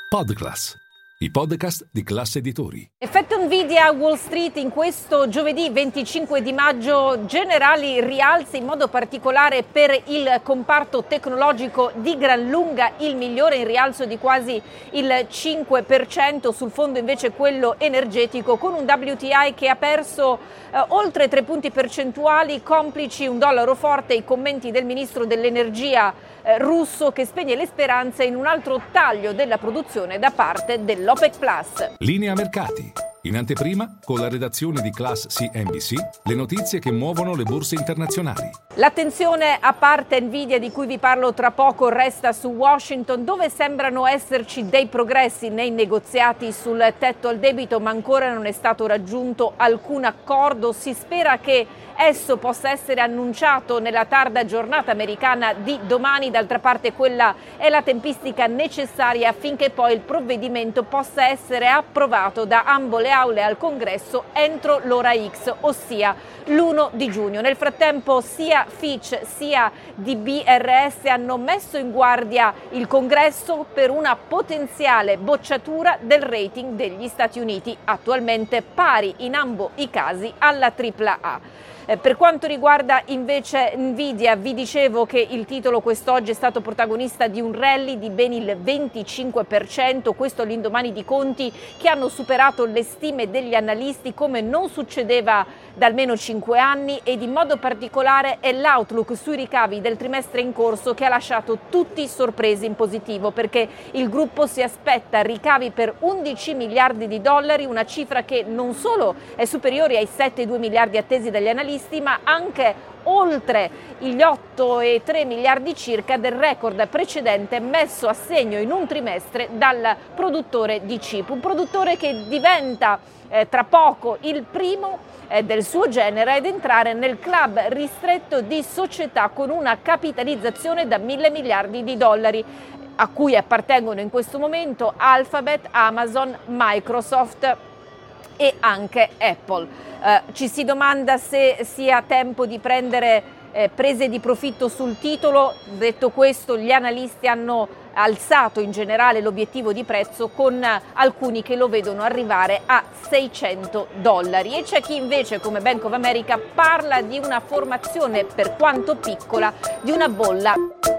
Podclass, i podcast di Class Editori. Effetto Nvidia a Wall Street in questo giovedì 25 di maggio, generali rialzi in modo particolare per il comparto tecnologico, di gran lunga il migliore, in rialzo di quasi il 5%, sul fondo invece quello energetico, con un WTI che ha perso oltre 3 punti percentuali, complici un dollaro forte e i commenti del ministro dell'energia russo che spegne le speranze in un altro taglio della produzione da parte dell'OPEC+. Linea mercati. In anteprima, con la redazione di Class CNBC, le notizie che muovono le borse internazionali. L'attenzione, a parte Nvidia di cui vi parlo tra poco, resta su Washington, dove sembrano esserci dei progressi nei negoziati sul tetto al debito, ma ancora non è stato raggiunto alcun accordo. Si spera che esso possa essere annunciato nella tarda giornata americana di domani. D'altra parte quella è la tempistica necessaria affinché poi il provvedimento possa essere approvato da ambo le aule al Congresso entro l'ora X, ossia l'1 di giugno. Nel frattempo sia Fitch sia DBRS hanno messo in guardia il Congresso per una potenziale bocciatura del rating degli Stati Uniti, attualmente pari in ambo i casi alla AAA. Per quanto riguarda invece Nvidia, vi dicevo che il titolo quest'oggi è stato protagonista di un rally di ben il 25%, questo all'indomani di conti che hanno superato le stime degli analisti come non succedeva da almeno 5 anni, ed in modo particolare è l'outlook sui ricavi del trimestre in corso che ha lasciato tutti sorpresi in positivo, perché il gruppo si aspetta ricavi per 11 miliardi di dollari, una cifra che non solo è superiore ai 7,2 miliardi attesi dagli analisti, ma anche oltre gli 8,3 miliardi circa del record precedente messo a segno in un trimestre dal produttore di chip, un produttore che diventa tra poco il primo del suo genere ed entrare nel club ristretto di società con una capitalizzazione da 1.000 miliardi di dollari, a cui appartengono in questo momento Alphabet, Amazon, Microsoft e anche Apple. Ci si domanda se sia tempo di prendere prese di profitto sul titolo. Detto questo, gli analisti hanno alzato in generale l'obiettivo di prezzo, con alcuni che lo vedono arrivare a $600. E c'è chi invece, come Bank of America, parla di una formazione, per quanto piccola, di una bolla